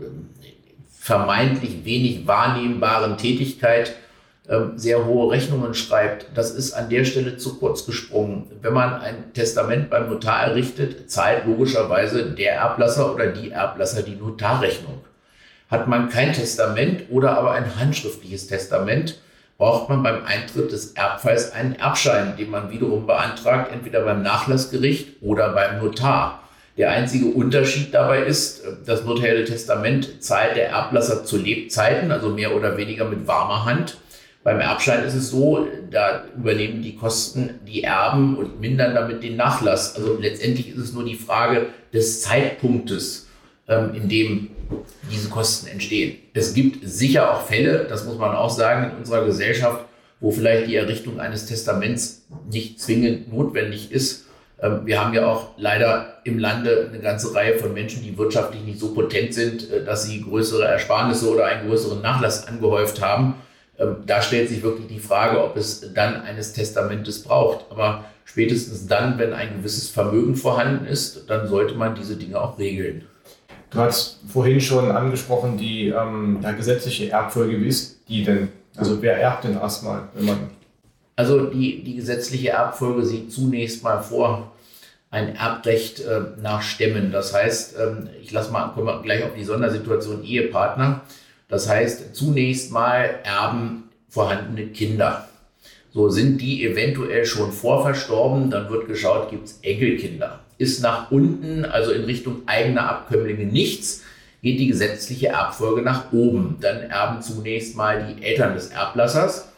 vermeintlich wenig wahrnehmbaren Tätigkeit sehr hohe Rechnungen schreibt. Das ist an der Stelle zu kurz gesprungen. Wenn man ein Testament beim Notar errichtet, zahlt logischerweise der Erblasser oder die Erblasser die Notarrechnung. Hat man kein Testament oder aber ein handschriftliches Testament, braucht man beim Eintritt des Erbfalls einen Erbschein, den man wiederum beantragt, entweder beim Nachlassgericht oder beim Notar. Der einzige Unterschied dabei ist, das notarielle Testament zahlt der Erblasser zu Lebzeiten, also mehr oder weniger mit warmer Hand. Beim Erbschein ist es so, da übernehmen die Kosten die Erben und mindern damit den Nachlass. Also letztendlich ist es nur die Frage des Zeitpunktes, in dem diese Kosten entstehen. Es gibt sicher auch Fälle, das muss man auch sagen, in unserer Gesellschaft, wo vielleicht die Errichtung eines Testaments nicht zwingend notwendig ist. Wir haben ja auch leider im Lande eine ganze Reihe von Menschen, die wirtschaftlich nicht so potent sind, dass sie größere Ersparnisse oder einen größeren Nachlass angehäuft haben. Da stellt sich wirklich die Frage, ob es dann eines Testamentes braucht. Aber spätestens dann, wenn ein gewisses Vermögen vorhanden ist, dann sollte man diese Dinge auch regeln. Du hast vorhin schon angesprochen, die gesetzliche Erbfolge. Wie ist die denn? Also wer erbt denn erstmal, wenn man... Also die gesetzliche Erbfolge sieht zunächst mal vor ein Erbrecht nach Stämmen. Das heißt, kommen wir gleich auf die Sondersituation Ehepartner. Das heißt, zunächst mal erben vorhandene Kinder. So sind die eventuell schon vorverstorben, dann wird geschaut, gibt es Enkelkinder. Ist nach unten, also in Richtung eigener Abkömmlinge nichts, geht die gesetzliche Erbfolge nach oben. Dann erben zunächst mal die Eltern des Erblassers.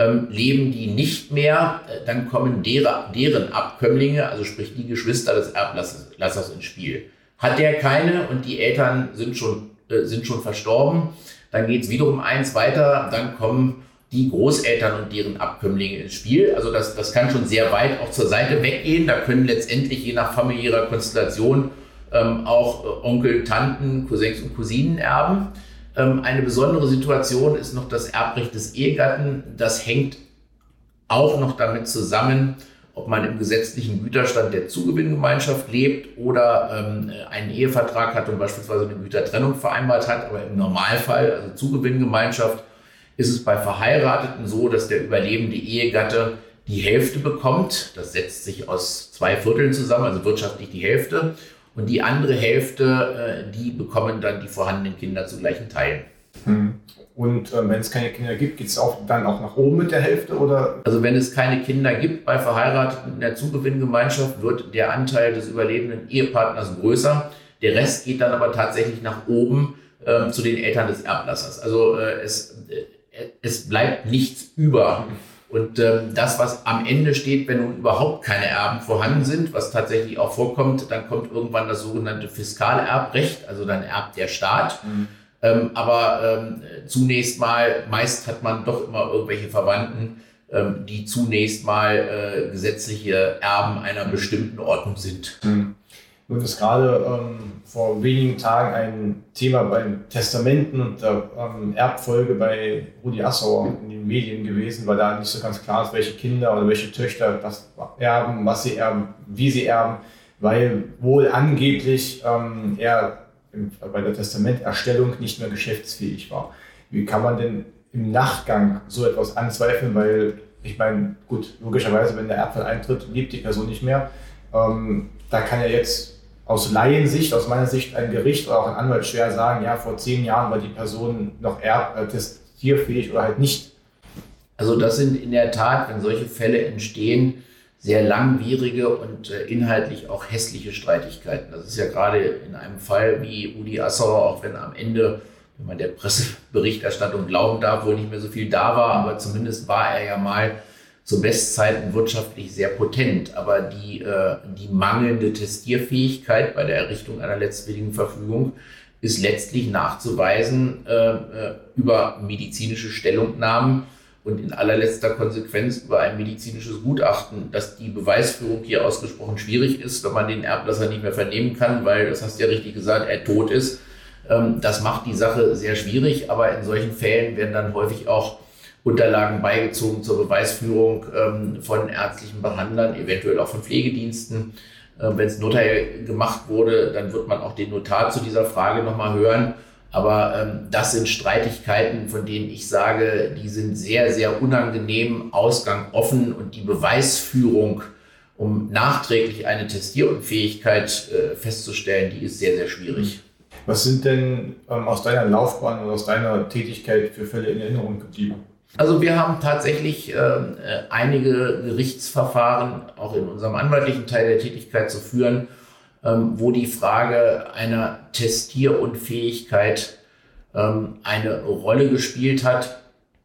Leben die nicht mehr, dann kommen deren Abkömmlinge, also sprich die Geschwister des Erblassers ins Spiel. Hat der keine und die Eltern sind schon verstorben, dann geht es wiederum eins weiter, dann kommen die Großeltern und deren Abkömmlinge ins Spiel. Also das kann schon sehr weit auch zur Seite weggehen. Da können letztendlich je nach familiärer Konstellation auch Onkel, Tanten, Cousins und Cousinen erben. Eine besondere Situation ist noch das Erbrecht des Ehegatten. Das hängt auch noch damit zusammen, ob man im gesetzlichen Güterstand der Zugewinngemeinschaft lebt oder einen Ehevertrag hat und beispielsweise eine Gütertrennung vereinbart hat. Aber im Normalfall, also Zugewinngemeinschaft, ist es bei Verheirateten so, dass der überlebende Ehegatte die Hälfte bekommt. Das setzt sich aus 2/4 zusammen, also wirtschaftlich die Hälfte. Und die andere Hälfte, die bekommen dann die vorhandenen Kinder zu gleichen Teilen. Und wenn es keine Kinder gibt, geht es dann auch nach oben mit der Hälfte? Oder? Also wenn es keine Kinder gibt bei Verheirateten in der Zugewinngemeinschaft, wird der Anteil des überlebenden Ehepartners größer. Der Rest geht dann aber tatsächlich nach oben zu den Eltern des Erblassers. Also es bleibt nichts über. Und das, was am Ende steht, wenn nun überhaupt keine Erben vorhanden sind, was tatsächlich auch vorkommt, dann kommt irgendwann das sogenannte Fiskalerbrecht, also dann erbt der Staat. Aber zunächst mal, meist hat man doch immer irgendwelche Verwandten, die zunächst mal gesetzliche Erben einer bestimmten Ordnung sind. Nun ist gerade vor wenigen Tagen ein Thema beim Testamenten und der Erbfolge bei Rudi Assauer in den Medien gewesen, weil da nicht so ganz klar ist, welche Kinder oder welche Töchter das erben, was sie erben, wie sie erben, weil wohl angeblich er bei der Testamenterstellung nicht mehr geschäftsfähig war. Wie kann man denn im Nachgang so etwas anzweifeln? Weil ich meine, gut, logischerweise, wenn der Erbfall eintritt, lebt die Person nicht mehr. Da kann ja jetzt aus Laiensicht, aus meiner Sicht ein Gericht oder auch ein Anwalt schwer sagen, ja, vor 10 Jahren war die Person noch testierfähig oder halt nicht. Also das sind in der Tat, wenn solche Fälle entstehen, sehr langwierige und inhaltlich auch hässliche Streitigkeiten. Das ist ja gerade in einem Fall wie Rudi Assauer, auch wenn am Ende, wenn man der Presseberichterstattung glauben darf, wohl nicht mehr so viel da war, aber zumindest war er ja mal zu Bestzeiten wirtschaftlich sehr potent. Aber die mangelnde Testierfähigkeit bei der Errichtung einer letztwilligen Verfügung ist letztlich nachzuweisen über medizinische Stellungnahmen und in allerletzter Konsequenz über ein medizinisches Gutachten, dass die Beweisführung hier ausgesprochen schwierig ist, wenn man den Erblasser nicht mehr vernehmen kann, weil, das hast du ja richtig gesagt, er tot ist. Das macht die Sache sehr schwierig, aber in solchen Fällen werden dann häufig auch Unterlagen beigezogen zur Beweisführung von ärztlichen Behandlern, eventuell auch von Pflegediensten. Wenn es notariell gemacht wurde, dann wird man auch den Notar zu dieser Frage nochmal hören. Aber das sind Streitigkeiten, von denen ich sage, die sind sehr, sehr unangenehm, Ausgang offen, und die Beweisführung, um nachträglich eine Testierunfähigkeit festzustellen, die ist sehr, sehr schwierig. Was sind denn aus deiner Laufbahn oder aus deiner Tätigkeit für Fälle in Erinnerung geblieben? Also wir haben tatsächlich einige Gerichtsverfahren auch in unserem anwaltlichen Teil der Tätigkeit zu führen, wo die Frage einer Testierunfähigkeit eine Rolle gespielt hat.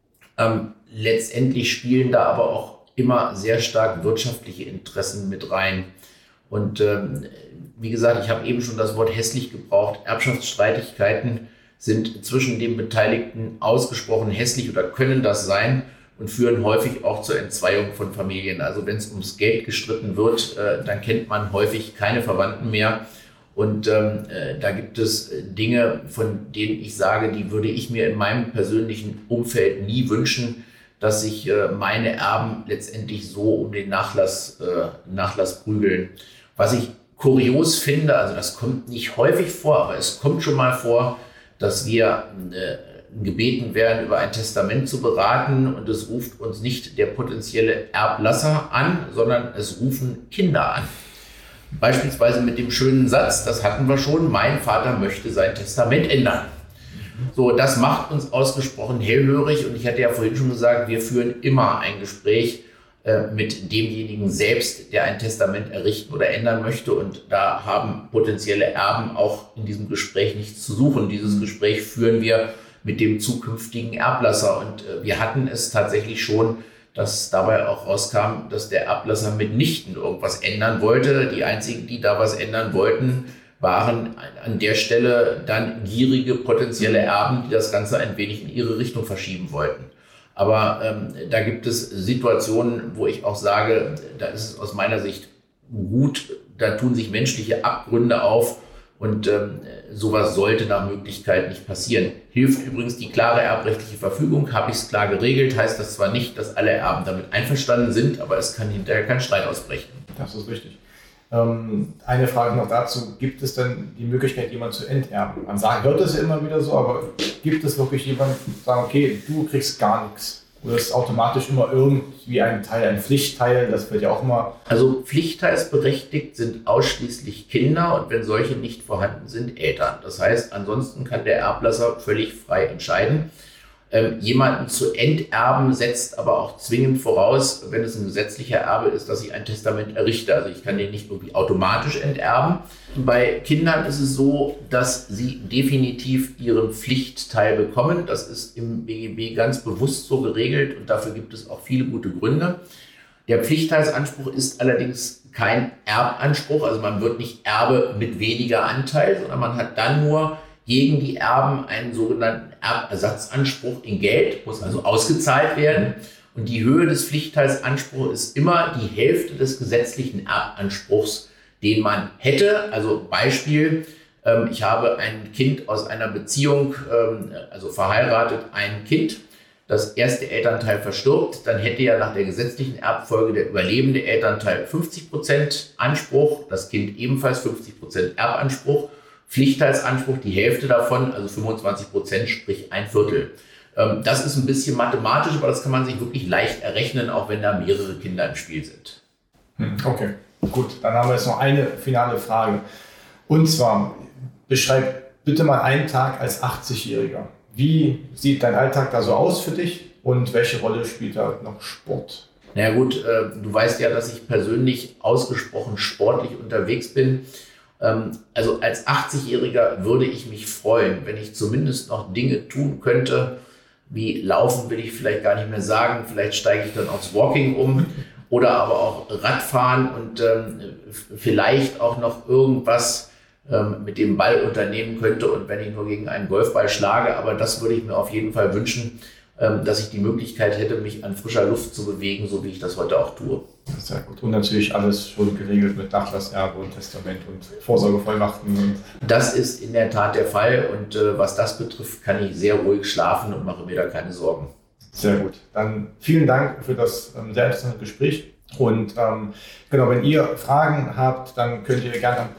Letztendlich spielen da aber auch immer sehr stark wirtschaftliche Interessen mit rein. Und wie gesagt, ich habe eben schon das Wort hässlich gebraucht. Erbschaftsstreitigkeiten sind zwischen den Beteiligten ausgesprochen hässlich oder können das sein und führen häufig auch zur Entzweiung von Familien. Also wenn es ums Geld gestritten wird, dann kennt man häufig keine Verwandten mehr. Und da gibt es Dinge, von denen ich sage, die würde ich mir in meinem persönlichen Umfeld nie wünschen, dass sich meine Erben letztendlich so um den Nachlass prügeln. Was ich kurios finde, also das kommt nicht häufig vor, aber es kommt schon mal vor, dass wir gebeten werden, über ein Testament zu beraten, und es ruft uns nicht der potenzielle Erblasser an, sondern es rufen Kinder an. Beispielsweise mit dem schönen Satz, das hatten wir schon, mein Vater möchte sein Testament ändern. So, das macht uns ausgesprochen hellhörig, und ich hatte ja vorhin schon gesagt, wir führen immer ein Gespräch mit demjenigen selbst, der ein Testament errichten oder ändern möchte, und da haben potenzielle Erben auch in diesem Gespräch nichts zu suchen. Dieses Gespräch führen wir mit dem zukünftigen Erblasser, und wir hatten es tatsächlich schon, dass dabei auch rauskam, dass der Erblasser mitnichten irgendwas ändern wollte. Die einzigen, die da was ändern wollten, waren an der Stelle dann gierige potenzielle Erben, die das Ganze ein wenig in ihre Richtung verschieben wollten. Aber da gibt es Situationen, wo ich auch sage, da ist es aus meiner Sicht gut, da tun sich menschliche Abgründe auf, und sowas sollte nach Möglichkeit nicht passieren. Hilft übrigens die klare erbrechtliche Verfügung, habe ich es klar geregelt, heißt das zwar nicht, dass alle Erben damit einverstanden sind, aber es kann hinterher kein Streit ausbrechen. Das ist richtig. Eine Frage noch dazu, gibt es denn die Möglichkeit, jemanden zu enterben? Man hört es ja immer wieder so, aber gibt es wirklich jemanden, der sagt, okay, du kriegst gar nichts? Oder ist automatisch immer irgendwie ein Teil, ein Pflichtteil? Das wird ja auch immer. Also pflichtteilsberechtigt sind ausschließlich Kinder und wenn solche nicht vorhanden sind, Eltern. Das heißt, ansonsten kann der Erblasser völlig frei entscheiden. Jemanden zu enterben setzt aber auch zwingend voraus, wenn es ein gesetzlicher Erbe ist, dass ich ein Testament errichte. Also ich kann den nicht irgendwie automatisch enterben. Bei Kindern ist es so, dass sie definitiv ihren Pflichtteil bekommen. Das ist im BGB ganz bewusst so geregelt und dafür gibt es auch viele gute Gründe. Der Pflichtteilsanspruch ist allerdings kein Erbanspruch. Also man wird nicht Erbe mit weniger Anteil, sondern man hat dann nur gegen die Erben einen sogenannten Erbersatzanspruch in Geld, muss also ausgezahlt werden. Und die Höhe des Pflichtteilsanspruchs ist immer die Hälfte des gesetzlichen Erbanspruchs, den man hätte. Also Beispiel, ich habe ein Kind aus einer Beziehung, also verheiratet, ein Kind. Das erste Elternteil verstirbt, dann hätte ja nach der gesetzlichen Erbfolge der überlebende Elternteil 50% Anspruch, das Kind ebenfalls 50% Erbanspruch. Pflichtteilsanspruch, die Hälfte davon, also 25%, sprich ein Viertel. Das ist ein bisschen mathematisch, aber das kann man sich wirklich leicht errechnen, auch wenn da mehrere Kinder im Spiel sind. Okay, gut. Dann haben wir jetzt noch eine finale Frage. Und zwar, beschreib bitte mal einen Tag als 80-Jähriger. Wie sieht dein Alltag da so aus für dich und welche Rolle spielt da noch Sport? Na ja, gut, du weißt ja, dass ich persönlich ausgesprochen sportlich unterwegs bin. Also als 80-Jähriger würde ich mich freuen, wenn ich zumindest noch Dinge tun könnte, wie Laufen will ich vielleicht gar nicht mehr sagen, vielleicht steige ich dann aufs Walking um oder aber auch Radfahren und vielleicht auch noch irgendwas mit dem Ball unternehmen könnte und wenn ich nur gegen einen Golfball schlage, aber das würde ich mir auf jeden Fall wünschen, dass ich die Möglichkeit hätte, mich an frischer Luft zu bewegen, so wie ich das heute auch tue. Sehr gut. Und natürlich alles schon geregelt mit Nachlasserbe und Testament und Vorsorgevollmachten. Das ist in der Tat der Fall und was das betrifft, kann ich sehr ruhig schlafen und mache mir da keine Sorgen. Sehr gut. Dann vielen Dank für das sehr interessante Gespräch. Und genau, wenn ihr Fragen habt, dann könnt ihr gerne an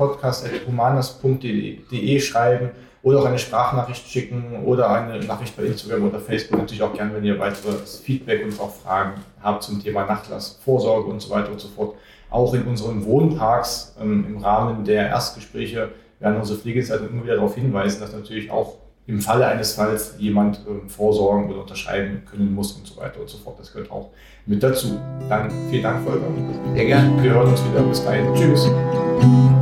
podcast@humanas.de schreiben oder auch eine Sprachnachricht schicken oder eine Nachricht bei Instagram oder Facebook. Natürlich auch gerne, wenn ihr weiteres Feedback und auch Fragen habt zum Thema Nachlass, Vorsorge und so weiter und so fort. Auch in unseren Wohnparks im Rahmen der Erstgespräche werden unsere Pflegedienstleister immer wieder darauf hinweisen, dass natürlich auch im Falle eines Falls jemand vorsorgen oder unterschreiben können muss und so weiter und so fort. Das gehört auch mit dazu. Dann vielen Dank, Volker. Sehr gerne. Wir hören uns wieder. Bis dahin. Tschüss.